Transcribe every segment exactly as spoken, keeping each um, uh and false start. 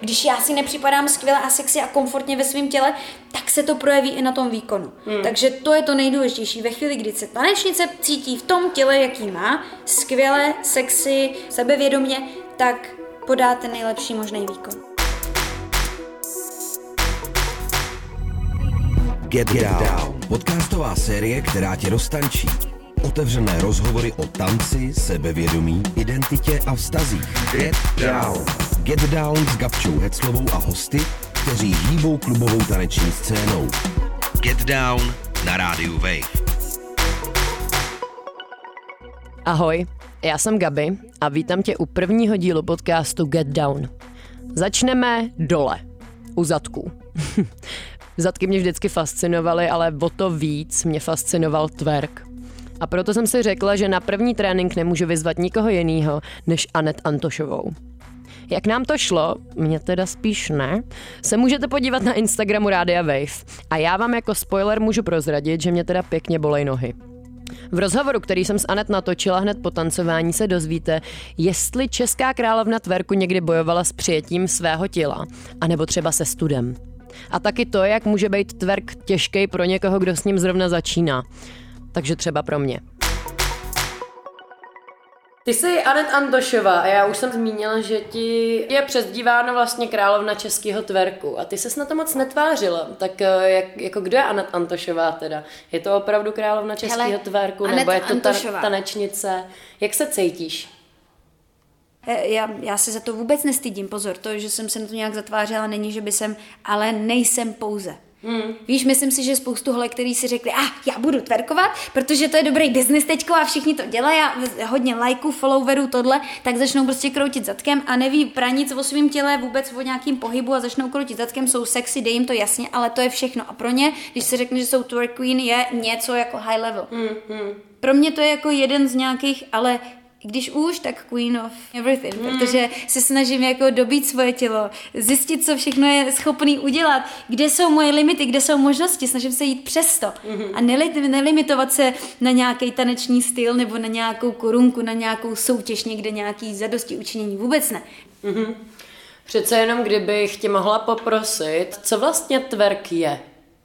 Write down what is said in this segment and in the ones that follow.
Když já si nepřipadám skvěle a sexy a komfortně ve svém těle, tak se to projeví i na tom výkonu. Hmm. Takže to je to nejdůležitější. Ve chvíli, kdy se tanečnice cítí v tom těle, jaký má, skvěle, sexy, sebevědomě, tak podá ten nejlepší možný výkon. Get Down. Podcastová série, která tě roztančí. Otevřené rozhovory o tanci, sebevědomí, identitě a vztazích. Get Down. Get Down s Gabčou Heclovou a hosty, kteří hýbou klubovou taneční scénou. Get Down na rádiu Wave. Ahoj, já jsem Gabi a vítám tě u prvního dílu podcastu Get Down. Začneme dole, u zadků. Zadky mě vždycky fascinovaly, ale o to víc mě fascinoval twerk. A proto jsem si řekla, že na první trénink nemůžu vyzvat nikoho jinýho než Anet Antošovou. Jak nám to šlo, mě teda spíš ne, se můžete podívat na Instagramu Rádia Wave a já vám jako spoiler můžu prozradit, že mě teda pěkně bolej nohy. V rozhovoru, který jsem s Anet natočila hned po tancování, se dozvíte, jestli česká královna twerku někdy bojovala s přijetím svého těla, anebo třeba se studem. A taky to, jak může být twerk těžký pro někoho, kdo s ním zrovna začíná. Takže třeba pro mě. Ty jsi Anet Antošová a já už jsem zmínila, že ti je přezdíváno vlastně královna českého twerku a ty ses na to moc netvářila. Tak jak, jako kdo je Anet Antošová teda? Je to opravdu královna českého twerku nebo je to ta, tanečnice? Jak se cítíš? Já, já se za to vůbec nestydím, pozor, to, že jsem se na to nějak zatvářela, není, že by jsem, ale nejsem pouze. Hmm. Víš, myslím si, že spoustu holek, který si řekli, ah, já budu twerkovat, protože to je dobrý biznis teďko a všichni to dělají a hodně lajků, followerů, tohle, tak začnou prostě kroutit zadkem a neví pranic o svém těle, vůbec o nějakým pohybu a začnou kroutit zadkem, jsou sexy, dej jim to jasně, ale to je všechno. A pro ně, když se řekne, že jsou twerk queen, je něco jako high level. Hmm. Hmm. Pro mě to je jako jeden z nějakých, ale když už, tak queen of everything, mm. protože se snažím jako dobít svoje tělo, zjistit, co všechno je schopný udělat, kde jsou moje limity, kde jsou možnosti, snažím se jít přes to mm. a neli- nelimitovat se na nějaký taneční styl nebo na nějakou korunku, na nějakou soutěž, někde nějaký zadosti učinění, vůbec ne. Mm-hmm. Přece jenom kdybych tě mohla poprosit, co vlastně twerk je?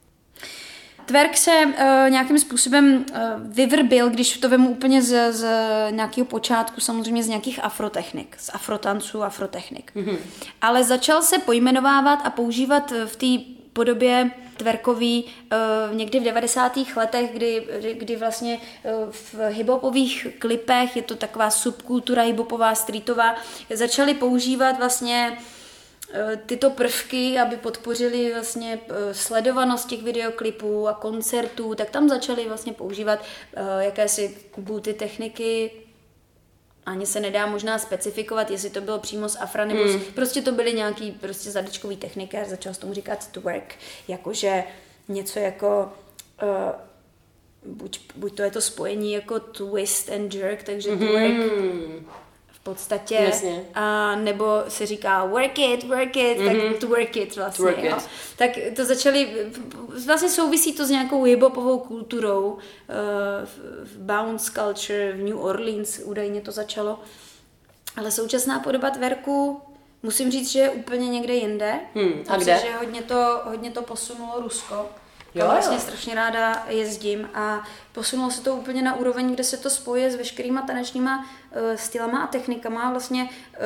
Twerk se uh, nějakým způsobem uh, vyvrbil, když to vemu úplně z, z nějakého počátku, samozřejmě z nějakých afrotechnik, z afrotanců, afrotechnik. Mm-hmm. Ale začal se pojmenovávat a používat v té podobě twerkový uh, někdy v devadesátých letech, kdy, kdy vlastně uh, v hiphopových klipech, je to taková subkultura hiphopová, streetová, začali používat vlastně tyto prvky, aby podpořili vlastně sledovanost těch videoklipů a koncertů, tak tam začali vlastně používat uh, jakési booty techniky. Ani se nedá možná specifikovat, jestli to bylo přímo z afra, nebo mm. prostě to byly nějaký prostě zadečkový techniky a začal se tomu říkat twerk, jakože něco jako uh, buď, buď to je to spojení jako twist and jerk, takže mm. twerk v podstatě, Jasně. a nebo se říká work it, work it, mm-hmm. tak twerk it vlastně, twerk jo. It. Tak to začali, vlastně souvisí to s nějakou hiphopovou kulturou, uh, v bounce culture, v New Orleans údajně to začalo, ale současná podoba twerku, musím říct, že je úplně někde jinde. Hmm, a Myslím, kde? že hodně to, hodně to posunulo Rusko. Jo, Já vlastně jo. strašně strašně ráda jezdím a posunulo se to úplně na úroveň, kde se to spojuje s veškerýma tanečníma uh, stylama a technikama. Vlastně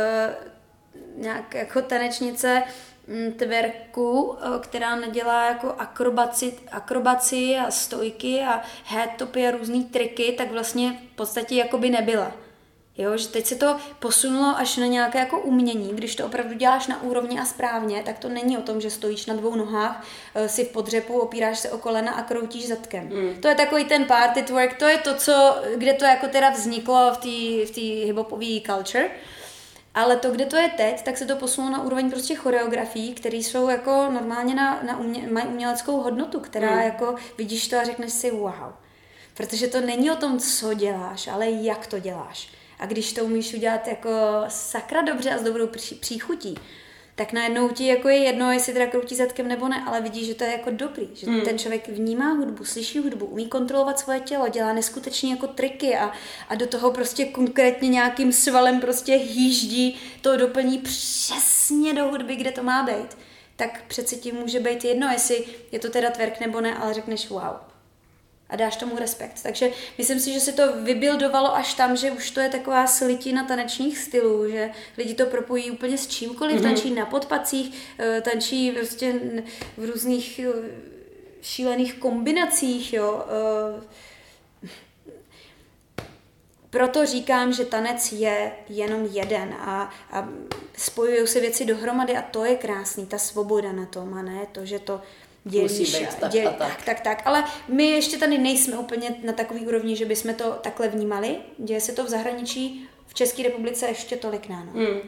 uh, nějak jako tanečnice m, twerku, uh, která nedělá jako akrobaci, akrobaci a stojky a headtopy a různý triky, tak vlastně v podstatě jakoby nebyla. Jo, že teď se to posunulo až na nějaké jako umění, když to opravdu děláš na úrovni a správně, tak to není o tom, že stojíš na dvou nohách, si v podřepu, opíráš se o kolena a kroutíš zadkem. Mm. To je takový ten party twerk, to je to, co, kde to jako teda vzniklo v té v té hiphopové culture, ale to, kde to je teď, tak se to posunulo na úroveň prostě choreografií, které jsou jako normálně na, na umě, mají uměleckou hodnotu, která mm. jako vidíš to a řekneš si wow. Protože to není o tom, co děláš, ale jak to děláš. A když to umíš udělat jako sakra dobře a s dobrou příchutí, tak najednou ti jako je jedno, jestli teda kroutí zadkem nebo ne, ale vidíš, že to je jako dobrý, že mm. ten člověk vnímá hudbu, slyší hudbu, umí kontrolovat svoje tělo, dělá neskutečně jako triky a, a do toho prostě konkrétně nějakým svalem prostě hýždí, to doplní přesně do hudby, kde to má být. Tak přeci ti může být jedno, jestli je to teda twerk nebo ne, ale řekneš wow. A dáš tomu respekt. Takže myslím si, že se to vybildovalo až tam, že už to je taková slitina tanečních stylů, že lidi to propojí úplně s čímkoliv, mm-hmm. tančí na podpacích, tančí prostě v různých šílených kombinacích, jo. Proto říkám, že tanec je jenom jeden a, a spojují se věci dohromady a to je krásný, ta svoboda na tom a ne to, že to dělíš, být tak, děl, tak. tak, tak, tak. Ale my ještě tady nejsme úplně na takový úrovni, že bychom to takhle vnímali. Děje se to v zahraničí, v České republice ještě tolik ne. No. Hmm.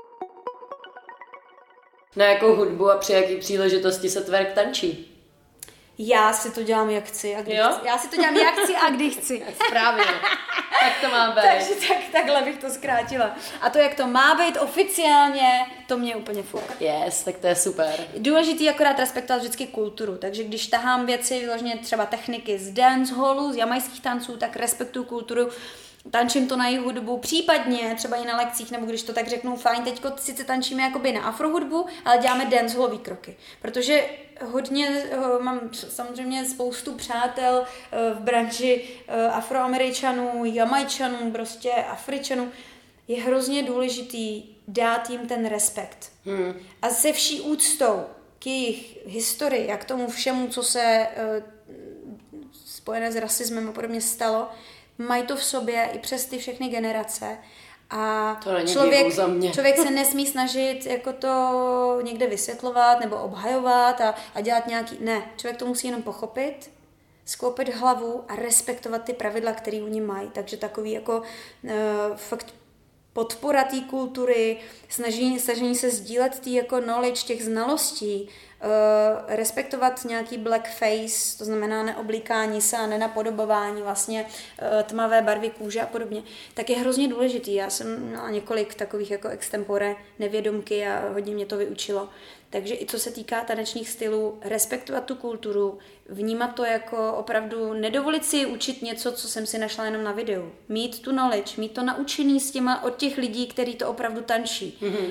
Na jakou hudbu a při jaký příležitosti se twerk tančí? Já si to dělám jak chci a kdy jo? chci. Já si to dělám jak chci a kdy chci. Správně. Tak to má být. Takže tak, takhle bych to zkrátila. A to, jak to má být oficiálně, to mě úplně fuk. Yes, tak to je super. Důležitý akorát respektovat vždycky kulturu, takže když tahám věci, vyloženě třeba techniky z dancehallu, z jamajských tanců, tak respektuju kulturu, tančím to na jejich hudbu, případně třeba i na lekcích, nebo když to tak řeknu, fajn, teďko sice tančíme jakoby na afrohudbu, ale děláme dancehallový kroky, protože hodně, mám samozřejmě spoustu přátel v branži Afroameričanů, Jamajčanů, prostě Afričanů, je hrozně důležitý dát jim ten respekt. Hmm. A se vší úctou k jejich historii a k tomu všemu, co se spojené s rasismem a podobně stalo, mají to v sobě i přes ty všechny generace a člověk, člověk se nesmí snažit jako to někde vysvětlovat nebo obhajovat a, a dělat nějaký, ne, člověk to musí jenom pochopit, sklopit hlavu a respektovat ty pravidla, které oni mají, takže takový jako uh, fakt podpora té kultury, snažení, snažení se sdílet tý jako knowledge, těch znalostí, Uh, respektovat nějaký blackface, to znamená neoblíkání se a nenapodobování vlastně uh, tmavé barvy kůže a podobně, tak je hrozně důležitý. Já jsem měla několik takových jako extempore nevědomky a hodně mě to vyučilo. Takže i co se týká tanečních stylů, respektovat tu kulturu, vnímat to jako opravdu, nedovolit si učit něco, co jsem si našla jenom na videu. Mít tu knowledge, mít to naučený s těma od těch lidí, kteří to opravdu tančí. Mm-hmm.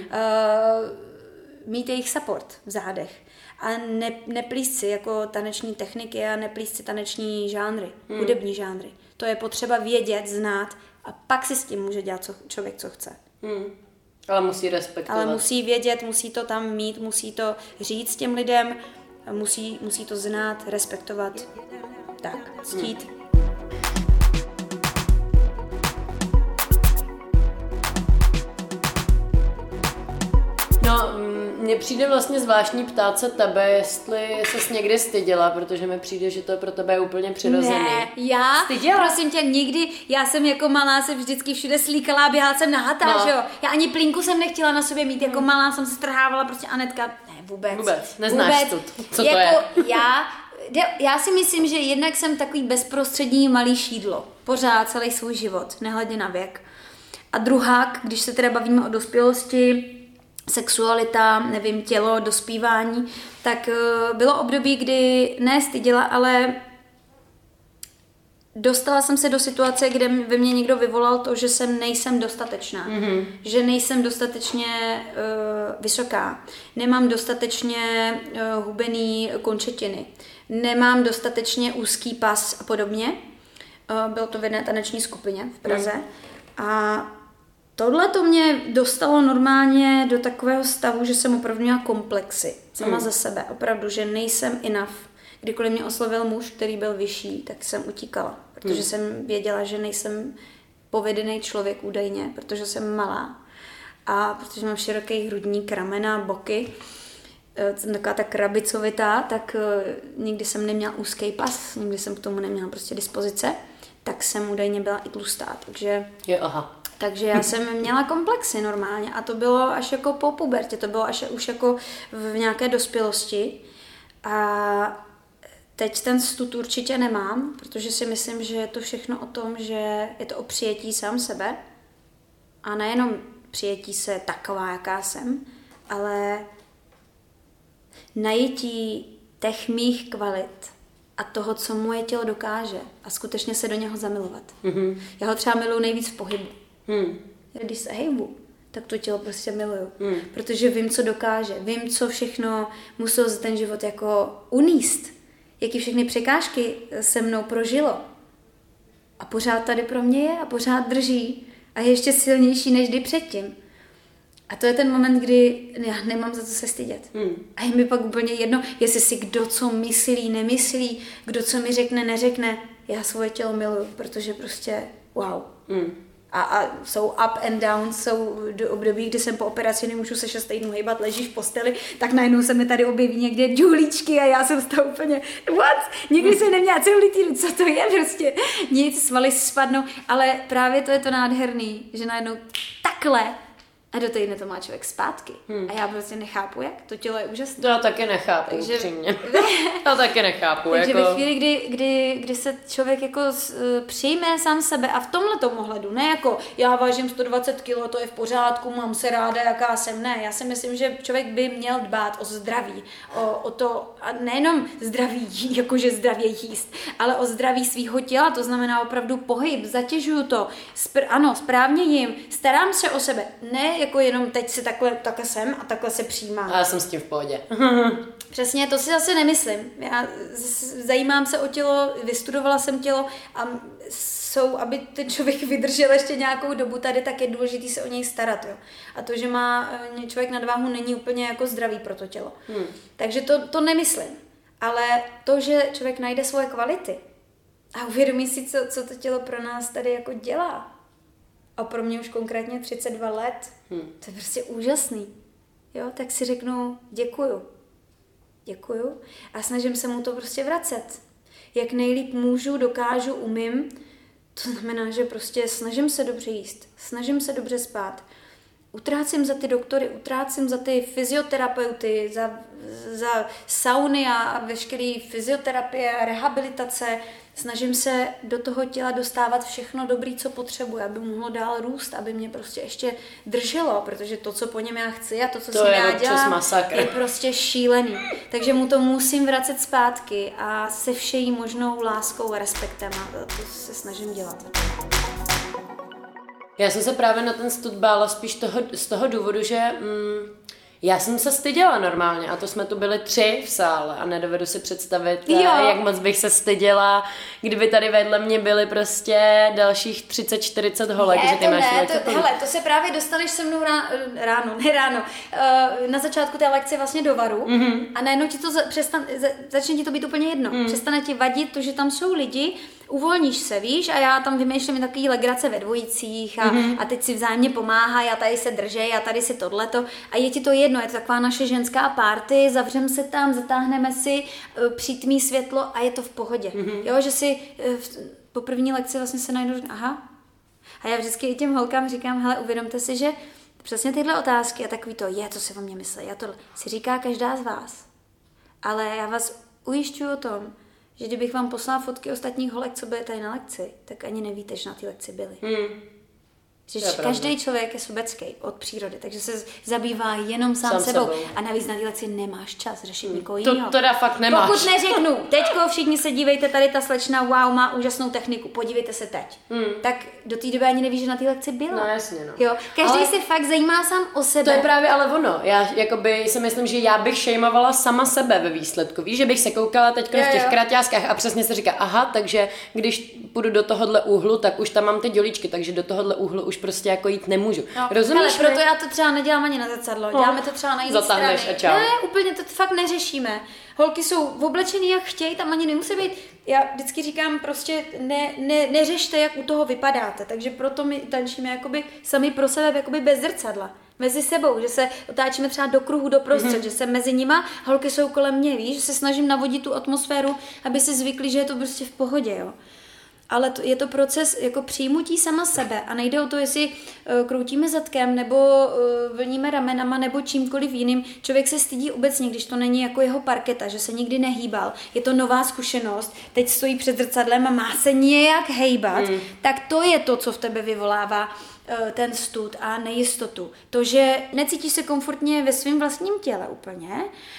Uh, mít jejich support v zádech. A ne, neplíst si jako taneční techniky a neplíst si taneční žánry, hmm. hudební žánry. To je potřeba vědět, znát a pak si s tím může dělat co, člověk, co chce. Hmm. Ale musí respektovat. Ale musí vědět, musí to tam mít, musí to říct těm lidem, musí, musí to znát, respektovat, tak, ctít. Hmm. No, mně přijde vlastně zvláštní ptát se tebe, jestli ses někdy styděla, protože mi přijde, že to pro tebe je úplně přirozený. Ne, já, styděla? Prosím tě, nikdy, já jsem jako malá se vždycky všude slíkala a běhala jsem nahatá, no. Že jo. Já ani plínku jsem nechtěla na sobě mít, jako malá jsem se strhávala, prostě Anetka, ne, vůbec. Vůbec, neznáš vůbec. To, co jako to je. Já, já si myslím, že jednak jsem takový bezprostřední malý šídlo, pořád celý svůj život, nehledě na věk. A druhák, když se teda bavíme o dospělosti, sexualita, nevím, tělo, dospívání, tak bylo období, kdy ne styděla, ale dostala jsem se do situace, kde ve mně někdo vyvolal to, že jsem nejsem dostatečná, mm-hmm. že nejsem dostatečně uh, vysoká, nemám dostatečně uh, hubený končetiny, nemám dostatečně úzký pas a podobně. Uh, bylo to v jedné taneční skupině v Praze mm. a tohle to mě dostalo normálně do takového stavu, že jsem opravdu měla komplexy sama hmm. za sebe. Opravdu, že nejsem enough. Kdykoliv mě oslovil muž, který byl vyšší, tak jsem utíkala. Protože hmm. jsem věděla, že nejsem povedený člověk údajně, protože jsem malá. A protože mám široký hrudník, ramena, boky, jsem taková ta krabicovitá, tak nikdy jsem neměla úzký pas, nikdy jsem k tomu neměla prostě dispozice, tak jsem údajně byla i tlustá. Takže... Je, aha. Takže já jsem měla komplexy normálně a to bylo až jako po pubertě, to bylo až už jako v nějaké dospělosti a teď ten stud určitě nemám, protože si myslím, že je to všechno o tom, že je to o přijetí sám sebe a nejenom přijetí se taková, jaká jsem, ale najetí těch mých kvalit a toho, co moje tělo dokáže a skutečně se do něho zamilovat. Mm-hmm. Já ho třeba miluji nejvíc v pohybu. Mm. Když se hejbu, tak to tělo prostě miluju. Mm. Protože vím, co dokáže. Vím, co všechno musel za ten život jako uníst. Jaký všechny překážky se mnou prožilo. A pořád tady pro mě je a pořád drží. A je ještě silnější, než kdy předtím. A to je ten moment, kdy já nemám za co se stydět. Hmm. A je mi pak úplně jedno, jestli si kdo co myslí, nemyslí, kdo co mi řekne, neřekne. Já svoje tělo miluju, protože prostě wow. Hmm. A, a jsou up and down, jsou do období, kdy jsem po operaci nemůžu se šest týdnů hejbat, ležíš v posteli, tak najednou se mi tady objeví někde džuhlíčky a já jsem z toho úplně what? Nikdy jsem neměla celulitidu, co to je prostě? Nic, svaly spadnou, ale právě to je to nádherný, že najednou takhle a do týdne to má člověk zpátky. Hmm. A já prostě nechápu, jak. To tělo je úžasné. To já taky nechápu, takže... upřímně. Já taky nechápu. Takže jako... ve chvíli, kdy, kdy, kdy se člověk jako uh, přijme sám sebe a v tomhletom ohledu, ne jako já vážím sto dvacet kilo, to je v pořádku, mám se ráda, jaká jsem. Ne, já si myslím, že člověk by měl dbát o zdraví, o, o to, a nejenom zdraví, jakože zdravě jíst, ale o zdraví svýho těla, to znamená opravdu pohyb, zatěžuju to, spr- ano, správně jim, starám se o sebe, ne jako jenom teď si takhle, takhle jsem a takhle se přijímám. A já jsem s tím v pohodě. Přesně, to si zase nemyslím. Já zajímám se o tělo, vystudovala jsem tělo a jsou, aby ten člověk vydržel ještě nějakou dobu tady, tak je důležité se o něj starat. Jo. A to, že má člověk nadváhu, není úplně jako zdravý pro to tělo. Hmm. Takže to, to nemyslím. Ale to, že člověk najde svoje kvality a uvědomí si, co, co to tělo pro nás tady jako dělá. A pro mě už konkrétně třicet dva let. Hmm. To je prostě úžasný. Jo, tak si řeknu děkuju. Děkuju a snažím se mu to prostě vracet. Jak nejlíp můžu, dokážu, umím. To znamená, že prostě snažím se dobře jíst, snažím se dobře spát. Utrácím za ty doktory, utrácím za ty fyzioterapeuty, za, za sauny a veškeré fyzioterapie a rehabilitace. Snažím se do toho těla dostávat všechno dobré, co potřebuje, aby mohlo dál růst, aby mě prostě ještě drželo, protože to, co po něm já chci a to, co to si je já dělám, masakr. je prostě šílený. Takže mu to musím vracet zpátky a se všejí možnou láskou a respektem a to se snažím dělat. Já jsem se právě na ten stud bála spíš toho, z toho důvodu, že mm, já jsem se styděla normálně a to jsme tu byli tři v sále a nedovedu si představit, jo. jak moc bych se styděla, kdyby tady vedle mě byly prostě dalších třicet čtyřicet holek, ne, že ty to máš ne, to, hele, to se právě dostaneš se mnou rá, ráno, ne ráno, uh, na začátku té lekce vlastně do varu mm-hmm. a najednou ti to za, přestan, za, začne ti to být úplně jedno. Mm. Přestane ti vadit to, že tam jsou lidi, uvolníš se, víš, a já tam vymýšlím takový legrace ve dvojicích a, mm-hmm. a teď si vzájemně pomáhají a tady se držej a tady si tohleto a je ti to jedno, je to taková naše ženská party, zavřeme se tam, zatáhneme si uh, přítmí světlo a je to v pohodě. Mm-hmm. Jo, že si uh, v, po první lekci vlastně se najdu, aha. A já vždycky i těm holkám říkám, hele, uvědomte si, že přesně tyhle otázky a takový to, je, to si o mě myslí, já tohle, si říká každá z vás. Ale já vás ujišťuju o tom, že kdybych vám poslala fotky ostatních holek, co byly tady na lekci, tak ani nevíte, že na té lekci byly. Hmm. Že každý člověk je sobecký od přírody, takže se zabývá jenom sám, sám sebou. sebou. A navíc na té lekci nemáš čas řešit hmm. nikoho jiného. To teda fakt nemáš. Pokud neřeknu, teďko všichni se dívejte, tady ta slečna, wow, má úžasnou techniku, podívejte se teď. Hmm. Tak do té doby ani nevíš, že na té lekci byla. No jasně, no. Jo, každý ale se fakt zajímá sám o sebe. To je právě ale ono. Já jakoby si myslím, že já bych šejmovala sama sebe ve výsledku. Víš, že bych se koukala teďko v těch kraťáskách a přesně se říká, aha, takže když půjdu do tohohle úhlu, tak už tam mám ty dělíčky, takže do tohohle úhlu už prostě jako jít nemůžu. No, rozumíš? Ale proto já to třeba nedělám ani na zrcadlo, no. Děláme to třeba na jiné straně. A čau. Ne, úplně to fakt neřešíme. Holky jsou oblečený jak chtějí, tam ani nemusí být. Já vždycky říkám prostě ne, ne, neřešte, jak u toho vypadáte, takže proto my tančíme jakoby sami pro sebe jakoby bez zrcadla. Mezi sebou, že se otáčíme třeba do kruhu doprostřed, mm-hmm. že se mezi nima, holky jsou kolem mě, víš, že se snažím navodit tu atmosféru, aby si zvykli, že je to prostě v pohodě, jo. Ale to, je to proces jako přijmutí sama sebe a nejde o to, jestli uh, kroutíme zadkem nebo uh, vlníme ramenama nebo čímkoliv jiným. Člověk se stydí obecně, když to není jako jeho parketa, že se nikdy nehýbal. Je to nová zkušenost, teď stojí před zrcadlem a má se nějak hejbat, mm. tak to je to, co v tebe vyvolává ten stud a nejistotu. To, že necítíš se komfortně ve svém vlastním těle úplně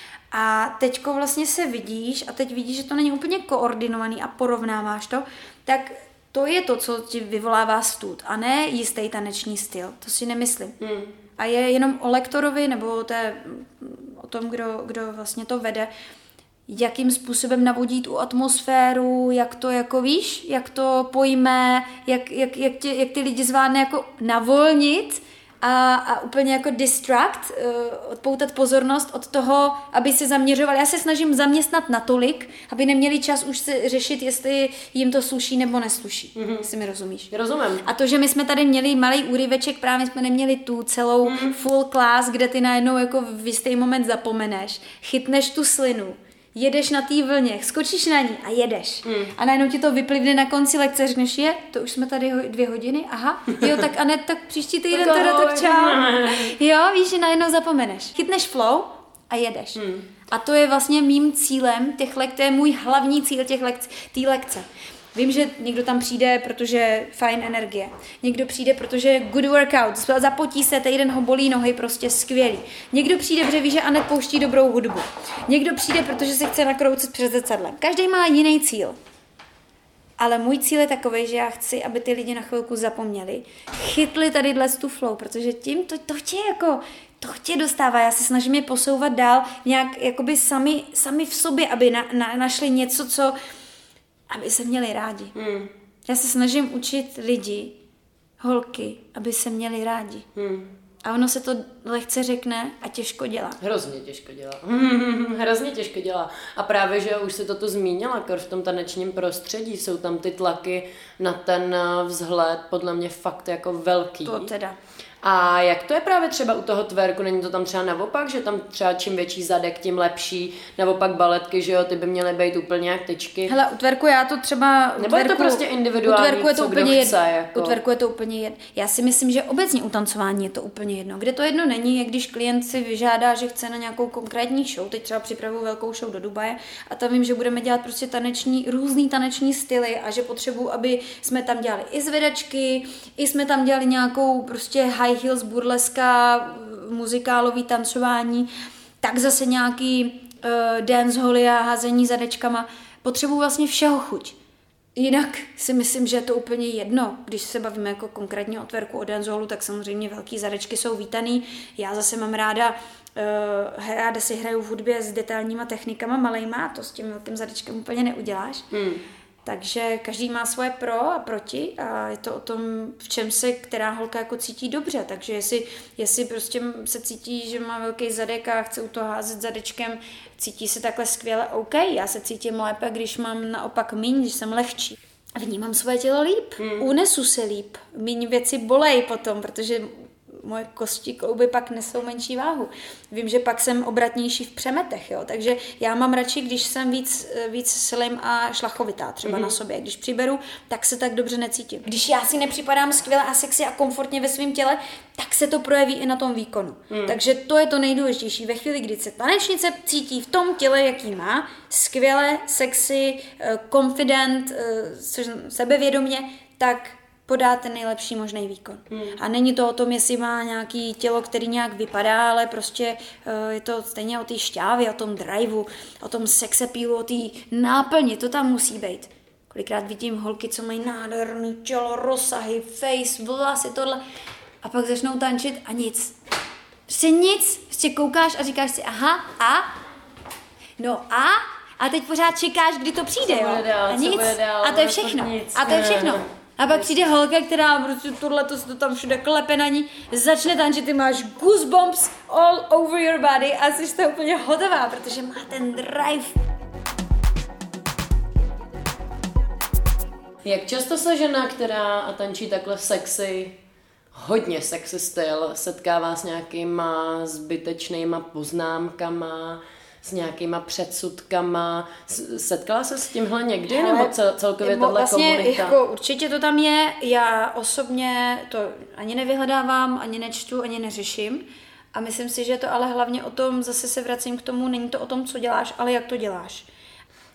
a teďko vlastně se vidíš a teď vidíš, že to není úplně koordinovaný a porovnáváš to, tak to je to, co ti vyvolává stud a ne jistý taneční styl. To si nemyslím. Hmm. A je jenom o lektorovi nebo té, o tom, kdo, kdo vlastně to vede, jakým způsobem navodí tu atmosféru, jak to jako víš, jak to pojme, jak, jak, jak, tě, jak ty lidi zvládne jako navolnit a, a úplně jako distract, uh, odpoutat pozornost od toho, aby se zaměřovali. Já se snažím zaměstnat natolik, aby neměli čas už se řešit, jestli jim to sluší nebo nesluší. Mm-hmm. Jestli mi rozumíš. Rozumím. A to, že my jsme tady měli malý úryveček, právě jsme neměli tu celou mm. full class, kde ty najednou jako v jistý moment zapomeneš, chytneš tu slinu, jedeš na té vlně, skočíš na ní a jedeš. Mm. A najednou ti to vyplivne na konci lekce, řekneš, je, to už jsme tady ho, dvě hodiny, aha, jo, tak Anet, tak příští týden teda tak čau. Jo, víš, že najednou zapomeneš. Chytneš flow a jedeš. Mm. A to je vlastně mým cílem těch lek, to je můj hlavní cíl těch lekc, té lekce. Vím, že někdo tam přijde, protože fajn energie. Někdo přijde, protože good workout, zapotí se, týden ho bolí nohy, prostě skvělý. Někdo přijde, protože ví, že Anet pouští dobrou hudbu. Někdo přijde, protože se chce nakroucet před zrcadlem. Každý má jiný cíl. Ale můj cíl je takový, že já chci, aby ty lidi na chvilku zapomněli. Chytli tady tu flow, protože tím to, to tě jako... To tě dostává, já se snažím je posouvat dál nějak jakoby sami, sami v sobě, aby na, na, našli něco, co... aby se měli rádi. Hmm. Já se snažím učit lidi, holky, aby se měli rádi. Hmm. A ono se to lehce řekne a těžko dělá. Hrozně těžko dělá. Hrozně těžko dělá. A právě, že už se to tu zmínila, v tom tanečním prostředí jsou tam ty tlaky na ten vzhled, podle mě fakt jako velký. To teda. A jak to je právě třeba u toho twerku? Není to tam třeba naopak, že tam třeba čím větší zadek, tím lepší? Naopak baletky, že jo, ty by měly být úplně jak tyčky. Hele, u twerku já to třeba... Nebo twerku, je to prostě individuální, u twerku je to co úplně kdo chce. Jed, jako. U twerku je to úplně jedno. Já si myslím, že obecně u tancování je to úplně jedno. Kde to jedno není, je když klient si vyžádá, že chce na nějakou konkrétní show. Teď třeba připravuju velkou show do Dubaje a tam vím, že budeme dělat prostě taneční, různý taneční styly a že potřebuju, aby jsme tam dělali i zvedačky, i jsme tam dělali nějakou prostě high heels, burleska, muzikálový tancování, tak zase nějaký uh, danceholy a házení zadečkama. Potřebuji vlastně všeho chuť. Jinak si myslím, že je to úplně jedno. Když se bavíme jako konkrétně o twerku, o danceholu, tak samozřejmě velký zadečky jsou vítaný. Já zase mám ráda, uh, ráda si hraju v hudbě s detailníma technikama malejma, a to s tím velkým zadečkem úplně neuděláš. Hmm. Takže každý má svoje pro a proti a je to o tom, v čem se která holka jako cítí dobře. Takže jestli, jestli prostě se cítí, že má velký zadek a chce u toho házet zadečkem, cítí se takhle skvěle, OK, já se cítím lépe, když mám naopak míň, když jsem lehčí. Vnímám svoje tělo líp, hmm. unesu se líp, míň věci bolej potom, protože moje kosti klouby pak nesou menší váhu. Vím, že pak jsem obratnější v přemetech, jo? Takže já mám radši, když jsem víc, víc slim a šlachovitá třeba mm-hmm. na sobě. Když přiberu, tak se tak dobře necítím. Když já si nepřipadám skvěle a sexy a komfortně ve svém těle, tak se to projeví i na tom výkonu. Mm. Takže to je to nejdůležitější. Ve chvíli, kdy se tanečnice cítí v tom těle, jaký má, skvěle, sexy, confident, sebevědomě, tak podá ten nejlepší možný výkon. Hmm. A není to o tom, jestli má nějaký tělo, který nějak vypadá, ale prostě uh, je to stejně o té šťávě, o tom driveu, o tom sex appealu, o té náplni, to tam musí být. Kolikrát vidím holky, co mají nádherný tělo, rozsahy, face, vlasy, tohle a pak začnou tančit a nic. Prostě nic, prostě koukáš a říkáš si aha, a, no a, a teď pořád čekáš, kdy to přijde, co jo. Bude dál, a nic, bude dál, a to je všechno, a to je všechno. A pak přijde holka, která prostě tohle to se to tam všude klepe na ní, začne tančit, ty máš goosebumps all over your body a jsi to úplně hotová, protože má ten drive. Jak často se žena, která a tančí takhle sexy, hodně sexy styl, setkává s nějakýma zbytečnýma poznámkama, s nějakýma předsudkama. Setkala se s tímhle někdy, Hele, nebo cel, celkově tato vlastně komunita? Jako, určitě to tam je. Já osobně to ani nevyhledávám, ani nečtu, ani neřeším. A myslím si, že je to ale hlavně o tom, zase se vracím k tomu, není to o tom, co děláš, ale jak to děláš.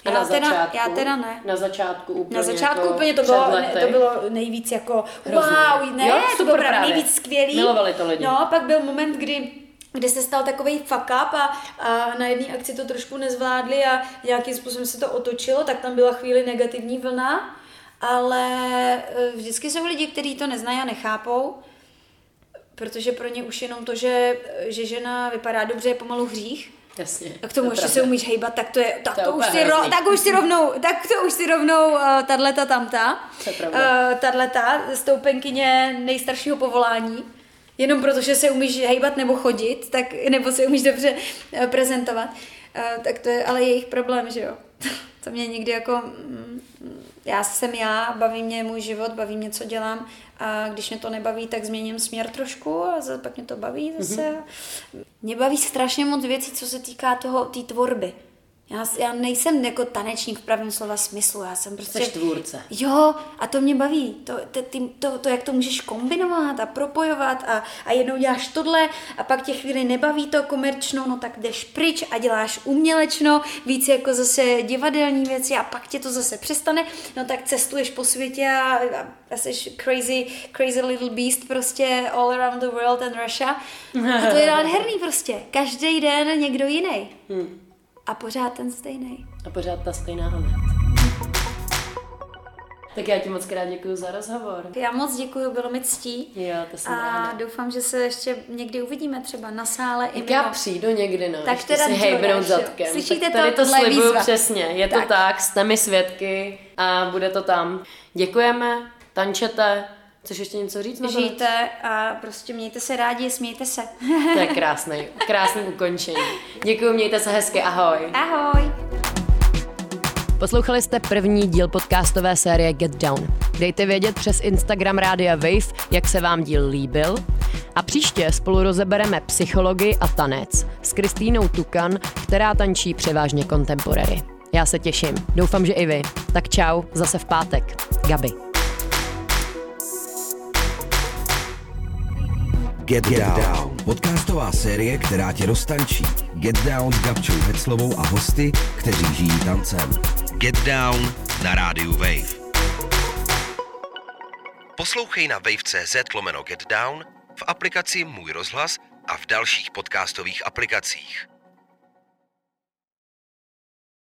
A já, na teda, začátku, já teda ne. Na začátku úplně Na začátku jako úplně to bylo, ne, to bylo nejvíc jako Hrozný. wow, ne, Jo, to bylo právě. právě nejvíc skvělý. Milovali to lidi. No a pak byl moment, kdy kde se stal takovej fuck up a, a na jedné akci to trošku nezvládli a nějakým způsobem se to otočilo, tak tam byla chvíli negativní vlna, ale vždycky jsou lidi, kteří to neznají a nechápou, protože pro ně už jenom to, že, že žena vypadá dobře, je pomalu hřích. Jasně. A k tomu ještě se umíš hejbat, tak to je, tak to, to, to už si ro, tak už si rovnou, tak to už si rovnou uh, tato tamta, uh, tato stoupenkyně nejstaršího povolání, jenom protože se umíš hejbat nebo chodit, tak, nebo se umíš dobře uh, prezentovat, uh, tak to je ale jejich problém, že jo. To mě někdy jako, mm, já jsem já, baví mě můj život, baví mě, co dělám a když mě to nebaví, tak změním směr trošku a zase, pak mě to baví zase. Mm-hmm. Mě baví strašně moc věcí, co se týká toho, té tvorby. Já, já nejsem jako tanečník v pravém slova smyslu, já jsem prostě... Jsi tvůrce. Jo, a to mě baví, to, to, to, to jak to můžeš kombinovat a propojovat a, a jednou děláš tohle a pak tě chvíli nebaví to komerčno, no tak jdeš pryč a děláš umělečno, víc jako zase divadelní věci a pak tě to zase přestane, no tak cestuješ po světě a, a, a jsi crazy, crazy little beast prostě all around the world and Russia a to je nádherný prostě, každý den někdo jiný. Hmm. A pořád ten stejný. A pořád ta stejná hned. Tak já ti moc krát děkuju za rozhovor. Já moc děkuju, bylo mi ctí. Jo, to jsem a ráda. A doufám, že se ještě někdy uvidíme třeba na sále i mimo. Já přijdu někdy, no. Tak teda si hejbnout zadkem. Slyšíte tak tady to? to Tohle slibuju výzva. přesně. Je tak. to tak, jste mi svědky a bude to tam. Děkujeme, tančete. Chceš ještě něco říct? Žijte a prostě mějte se rádi, smějte se. To je krásný, krásný ukončení. Děkuju, mějte se hezky, ahoj. Ahoj. Poslouchali jste první díl podcastové série Get Down. Dejte vědět přes Instagram Rádia Wave, jak se vám díl líbil. A příště spolu rozebereme psychologii a tanec s Kristýnou Tukan, která tančí převážně contemporary. Já se těším, doufám, že i vy. Tak čau, zase v pátek. Gabi. Get, Get Down. Down. Podcastová série, která tě roztančí. Get Down s Gabčou Heclovou a hosty, kteří žijí tancem. Get Down na rádiu Wave. Poslouchej na wave tečka cé zet lomeno Get Down, v aplikaci Můj rozhlas a v dalších podcastových aplikacích.